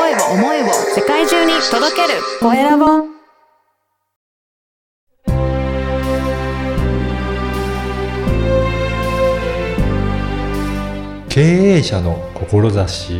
声を世界中に届けるコエラボ。 経営者の志。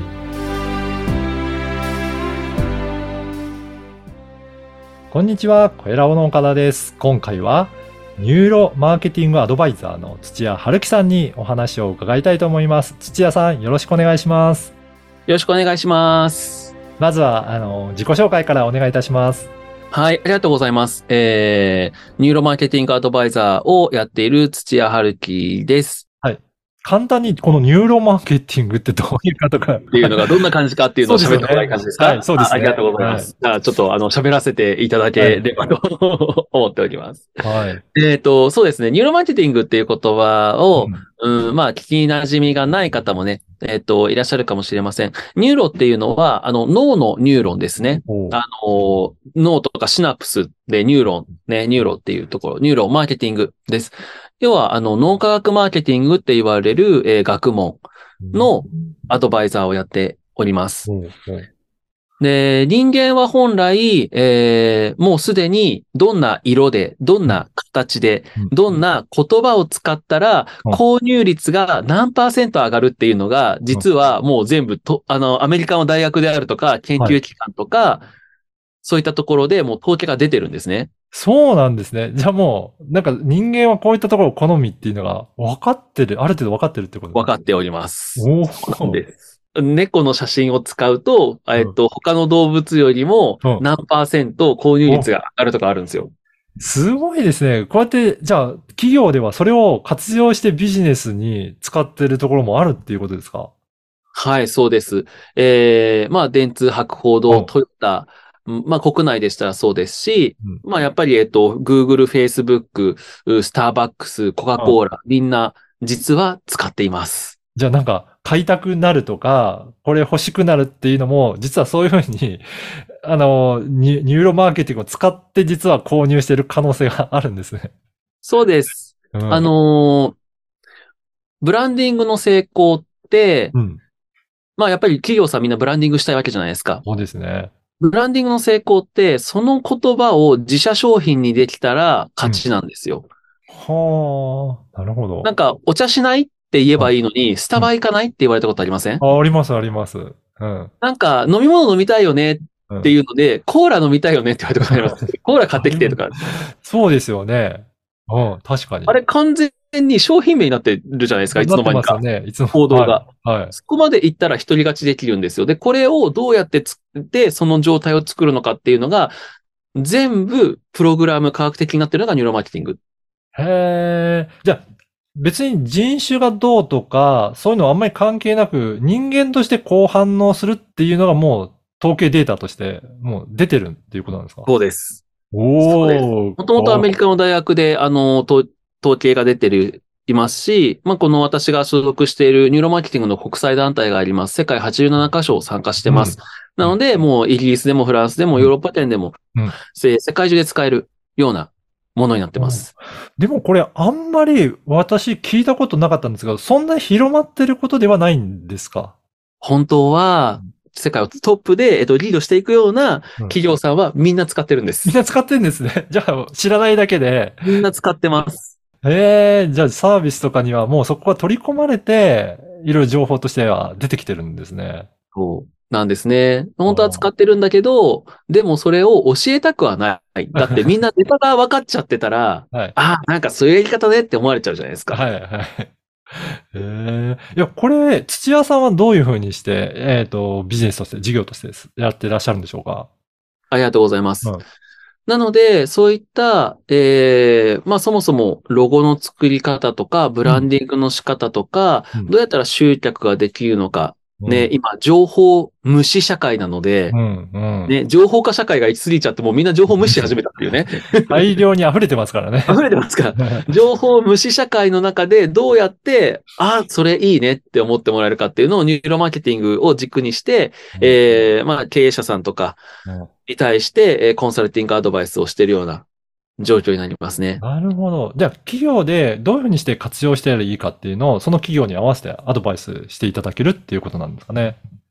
こんにちは、コエラボの岡田です。今回はニューロマーケティングアドバイザーの土屋春樹さんにお話を伺いたいと思います。土屋さん、よろしくお願いします。 よろしくお願いします。 まずは自己紹介からお願いいたします。 はい、ありがとうございます。ニューロマーケティングアドバイザーをやっている土屋春樹です。 はい。簡単にこのニューロマーケティングってどういうかとかっていうのがどんな感じかっていうのを喋ってもらい感じですか？ はい、そうですね。 ありがとうございます。じゃあちょっと喋らせていただければと思っております。 はい。 そうですね。ニューロマーケティングっていう言葉を、まあ、聞き馴染みがない方もね、いらっしゃるかもしれません。ニューロっていうのは、脳のニューロンですね。脳とかシナプスでニューロン、ね、ニューロっていうところ、ニューロマーケティングです。要は、脳科学マーケティングって言われる、学問のアドバイザーをやっております。で、人間は本来、もうすでにどんな色で、どんな形で、どんな言葉を使ったら、購入率が何%上がるっていうのが、実はもう全部アメリカの大学であるとか、研究機関とか、そういったところでもう統計が出てるんですね。 そうなんですね。じゃあもう、なんか人間はこういったところを好みっていうのが分かってる、ある程度分かってるってことですか？ 分かっております。 そうです。猫の写真を使うと、他の動物よりも何%購入率が上がるとかあるんですよ。 すごいですね。こうやって、じゃあ、企業ではそれを活用してビジネスに使ってるところもあるっていうことですか？ はい、そうです。まあ、電通、博報堂、トヨタ、まあ、国内でしたらそうですし、まあ、やっぱり、Google、Facebook、スターバックス、コカ・コーラ、みんな、実は使っています。 じゃあなんか、買いたくなるとか、これ欲しくなるっていうのも、実はそういうふうに、ニューロマーケティングを使って実は購入している可能性があるんですね。 そうです。ブランディングの成功って、まあやっぱり企業さんみんなブランディングしたいわけじゃないですか。 そうですね。 ブランディングの成功って、その言葉を自社商品にできたら勝ちなんですよ。 はあ、なるほど。 なんか、お茶しないって言えばいいのに、スタバ行かないって言われたことありません？ あります、あります。 なんか、飲み物飲みたいよねっていうので、コーラ飲みたいよねって言われたことあります。コーラ買ってきてとか。 そうですよね。確かに。 あれ完全に商品名になってるじゃないですか、いつの間にか。行動が。そこまで行ったら一人勝ちできるんですよ。で、これをどうやって作って、その状態を作るのかっていうのが、全部プログラム科学的になってるのがニューロマーケティング。 へー。じゃあ、別に人種がどうとか、そういうのはあんまり関係なく、人間としてこう反応するっていうのがもう統計データとしてもう出てるっていうことなんですか？ そうです。 もともとアメリカの大学で、統計が出ていますし、まあ、この私が所属しているニューロマーケティングの国際団体があります。世界87カ所参加してます。なので、もうイギリスでもフランスでもヨーロッパ圏でも、世界中で使えるようなものになってます。 でもこれあんまり私聞いたことなかったんですが、そんなに広まってることではないんですか？ 本当は、世界をトップで、リードしていくような企業さんはみんな使ってるんです。 みんな使ってるんですね。じゃあ知らないだけで。 みんな使ってます。 じゃあサービスとかにはもうそこが取り込まれて、いろいろ情報としては出てきてるんですね。 そうなんですね。本当は使ってるんだけど、でもそれを教えたくはない。だってみんなネタが分かっちゃってたら、なんかそういうやり方ねって思われちゃうじゃないですか。 いや、これ、土屋さんはどういうふうにして、ビジネスとして、事業としてやってらっしゃるんでしょうか？ ありがとうございます。なので、そういった、まあそもそもロゴの作り方とか、ブランディングの仕方とか、どうやったら集客ができるのか、ね、今、情報無視社会なので、ね、情報化社会が行き過ぎちゃってもうみんな情報無視し始めたっていうね。 大量に溢れてますからね。 溢れてますから。情報無視社会の中でどうやって、それいいねって思ってもらえるかっていうのをニューロマーケティングを軸にして、まあ経営者さんとかに対して、コンサルティングアドバイスをしているような状況になりますね。 なるほど。じゃあ、企業でどういうふうにして活用したらいいかっていうのを、その企業に合わせてアドバイスしていただけるっていうことなんですかね。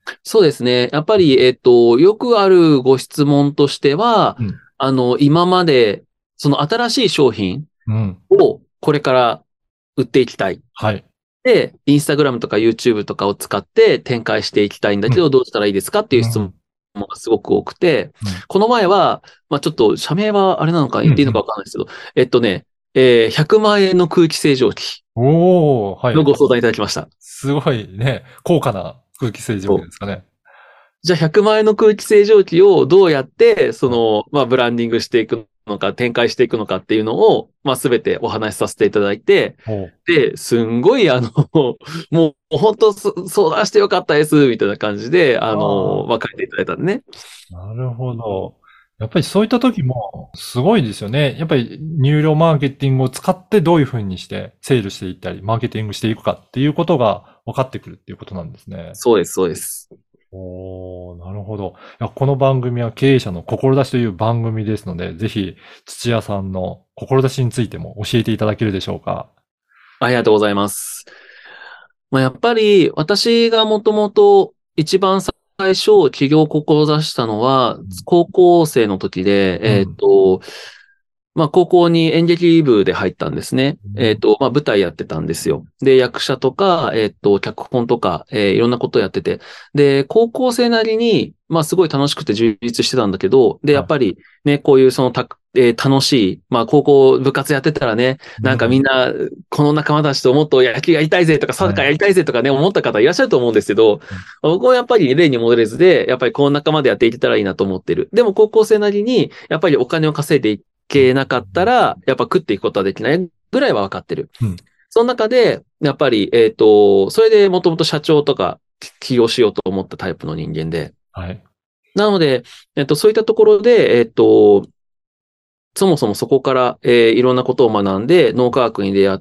そうですね。やっぱり、よくあるご質問としては、 うん。 今まで、その新しい商品うん。 をこれから売っていきたい。 はい。 で、インスタグラムとか YouTube とかを使って展開していきたいんだうん。 けど、どうしたらいいですかっていう質問うん。 がすごく多くて、 うん。 この前は、まあちょっと社名はあれなのかうん。 言っていいのかうん。 わかんないですけど、100万円の空気清浄機おー、はい。 のご相談いただきました。 すごいね、高価な空気清浄機ですかね。 じゃあ100万円の空気清浄機をどうやって、 うん。 まあ、ブランディングしていくのか、展開していくのかっていうのを、まあ、すべてお話しさせていただいて、 おう。 で、すんごい、もう本当相談してよかったです、みたいな感じで、 あまあ、書いていただいたんでね。 あ、なるほど。やっぱりそういった時もすごいですよね。やっぱり入力マーケティングを使ってどういうふうにしてセールしていったり、マーケティングしていくかっていうことが分かってくるっていうことなんですね。 そうです、そうです。 おー、なるほど。いや、この番組は経営者の志という番組ですので、ぜひ土屋さんの志についても教えていただけるでしょうか。 ありがとうございます。まあ、やっぱり、私がもともと一番最初、起業を志したのは、高校生の時で、 うん。 まあ、高校に演劇部で入ったんですね。 うん。 まあ、舞台やってたんですよ。で、役者とか、脚本とか、いろんなことをやってて。で、高校生なりに、まあ、すごい楽しくて充実してたんだけど、で、やはい。 っぱりね、こういうその楽しい、まあ、高校部活やってたらね、なんかうん。 みんな、この仲間たちともっと野球やりたいぜとか、サッカーやはい。 りたいぜとかね、思った方いらっしゃると思うんですけど、 うん。 僕はやっぱり例に戻れずで、やっぱりこの仲間でやっていけたらいいなと思ってる。でも高校生なりに、やっぱりお金を稼いでいけなかったら、やっぱ食っていくことはできないぐらいは分かってる。 うん。 その中で、やっぱり、それでもともと社長とか起業しようと思ったタイプの人間で。 はい。 なので、そういったところで、そもそもそこから、いろんなことを学んで、脳科学に出会って、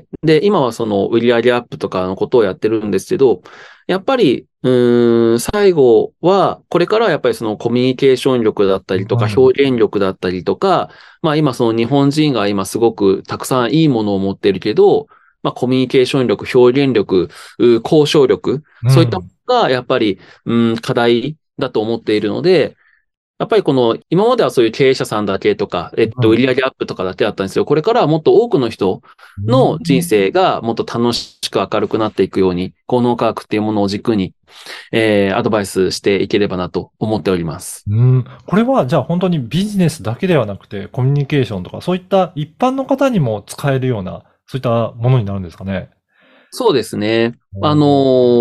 で、今はその売上アップとかのことをやってるんですけど、やっぱり、最後は、これからはやっぱりそのコミュニケーション力だったりとか、 うん。 表現力だったりとか、まあ今その日本人が今すごくたくさんいいものを持ってるけど、まあコミュニケーション力、表現力、交渉力、そういったもうん。 のがやっぱり、課題だと思っているので、やっぱりこの、今まではそういう経営者さんだけとか、 うん。 売上アップとかだけだったんですよ。これからはもっと多くの人うの人ん。 生がもっと楽しく明るくなっていくように、効能科学っていうものを軸に、アドバイスしていければなと思っております。 うん。これは、じゃあ本当にビジネスだけではなくて、コミュニケーションとか、そういった一般の方にも使えるような、そういったものになるんですかね。 そうですね。 おー。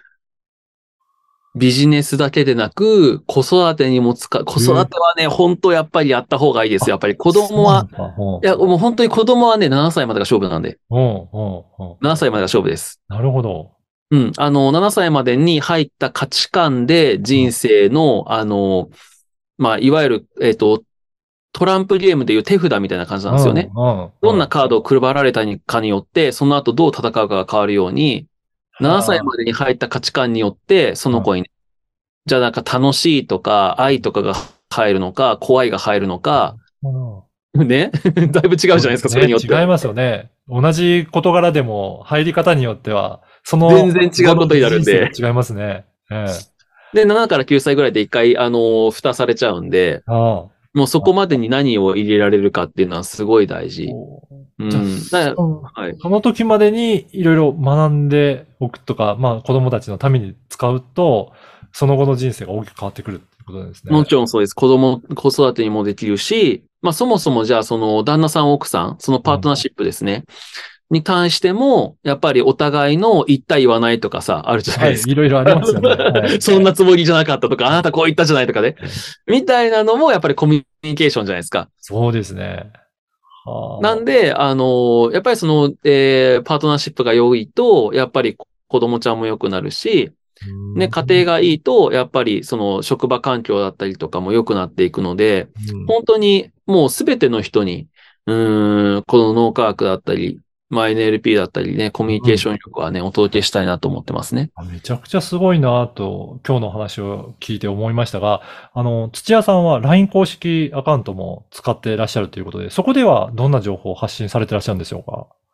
ビジネスだけでなく、子育てにも子育てはね、本当やっぱりやった方がいいですよ。やっぱり子供は、 そうなんですか。ほう。 いや、もう本当に子供はね、7歳までが勝負なんで、 ほう、ほう、ほう。 7歳までが勝負です。 なるほど。 うん。7歳までに入った価値観でうん。 人生の、まあ、いわゆる、トランプゲームでいう手札みたいな感じなんうん、 ですよね。 うん、 どんなうん。 カードを配られたかによって、その後どう戦うかが変わるように、7歳はまでに入った価値観によって、そあ。うん。 の子にね、じゃあなんか楽しいとか、愛とかが入るのか、怖いが入るのか、 なるほね。だいぶ違うじゃど。 ないですか、それね、 によって。 違いますよね。同じ事柄でも入り方によっては、その全然違後のうことになるんで。 人生が違いますね。ええ。 で、7から9歳ぐらいで一回、蓋されちゃうんで、 ああ。 もうそこまでに何を入れられるかっていうのはすごい大事。 おー。じゃあ、 うん。はい。 その時までにいろいろ学んでおくとか、まあ子供たちのために使うと、その後の人生が大きく変わってくるってことですね。 もちろんそうです。子育てにもできるし、まあそもそもじゃあその旦那さん奥さん、そのうん。 パートナーシップですね。に関しても、やっぱりお互いの言った言わないとかさ、あるじゃないはい、 ですか。 いろいろありますよね。はい。 そんなつもりじゃなかったとか、あなたこう言ったじゃないとかね。みたいなのもやっぱりコミュニケーションじゃないですか。 そうですね。はあ。 なんで、やっぱりその、パートナーシップが良いと、やっぱり子供ちゃんも良くなるし、 うね、 ん。 家庭がいいと、やっぱりその職場環境だったりとかも良くなっていくので、 うん。 本当にもうすべての人に、この脳科学だったり、まあ NLP だったりね、コミュニうん。 ケーション力はね、お届けしたいなと思ってますね。 めちゃくちゃすごいなと、今日の話を聞いて思いましたが、土屋さんは LINE 公式アカウントも使っていらっしゃるということで、そこではどんな情報を発信されていらっしゃるんでしょうか？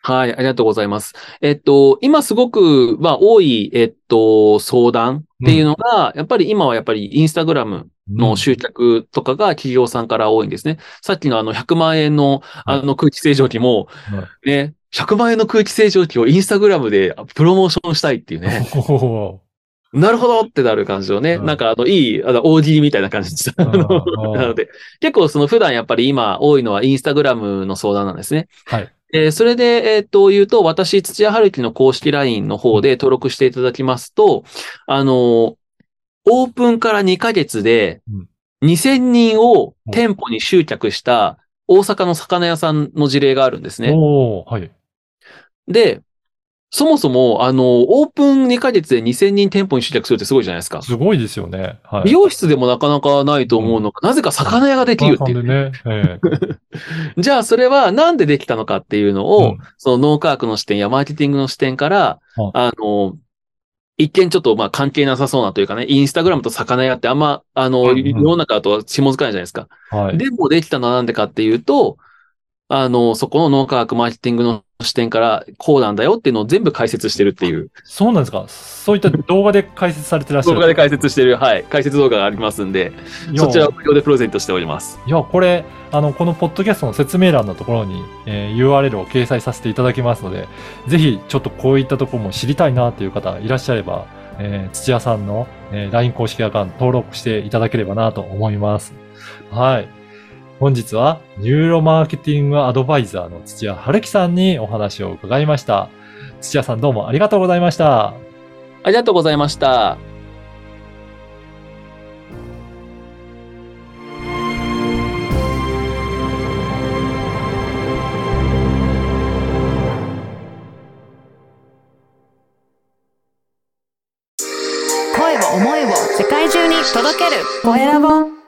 はい、ありがとうございます。今すごく、多い、相談っていうのが、やっぱり今はやっぱりインスタグラムの集客とかが企業さんから多いんですね。さっきの100万円の空気清浄機も、 はい。 ね、100万円の空気清浄機をインスタグラムでプロモーションしたいっていうね。 おー。 なるほどってなる感じをね。なんかいい、大喜利みたいな感じでした。なので、結構その普段やっぱり今多いのはインスタグラムの相談なんですね。 はい。 それで、言うと、私、土屋春樹の公式 LINE の方で登録していただきますと、オープンから2ヶ月で2000人を店舗に集客した大阪の魚屋さんの事例があるんですね。 おー、はい。 で、そもそも、オープン2ヶ月で2000人店舗に集客するってすごいじゃないですか。 すごいですよね。はい。 美容室でもなかなかないと思うのが、なぜか魚屋ができるっていうね。 さんでね。 じゃあ、それはなんでできたのかっていうのを、 うん。 その脳科学の視点やマーケティングの視点から、 あ、 一見ちょっと関係なさそうなというかね、インスタグラムと魚屋ってあんま、世の中だと紐づかないじゃないですか。 はい。 でもできたのはなんでかっていうと、そこの脳科学マーケティングの視点からこうなんだよっていうのを全部解説してるっていう。 そうなんですか。そういった動画で解説されてらっしゃる。 動画で解説してる、はい、解説動画がありますんで、そちらを無料でプレゼントしております。 いや、これ、このポッドキャストの説明欄のところに、URL を掲載させていただきますので、ぜひ、ちょっとこういったところも知りたいなという方いらっしゃれば、土屋さんの、LINE 公式アカウント登録していただければなと思います。はい。本日は、ニューロマーケティングアドバイザーの土屋春樹さんにお話を伺いました。土屋さんどうもありがとうございました。 ありがとうございました。 声を思いを世界中に届けるコエラボ。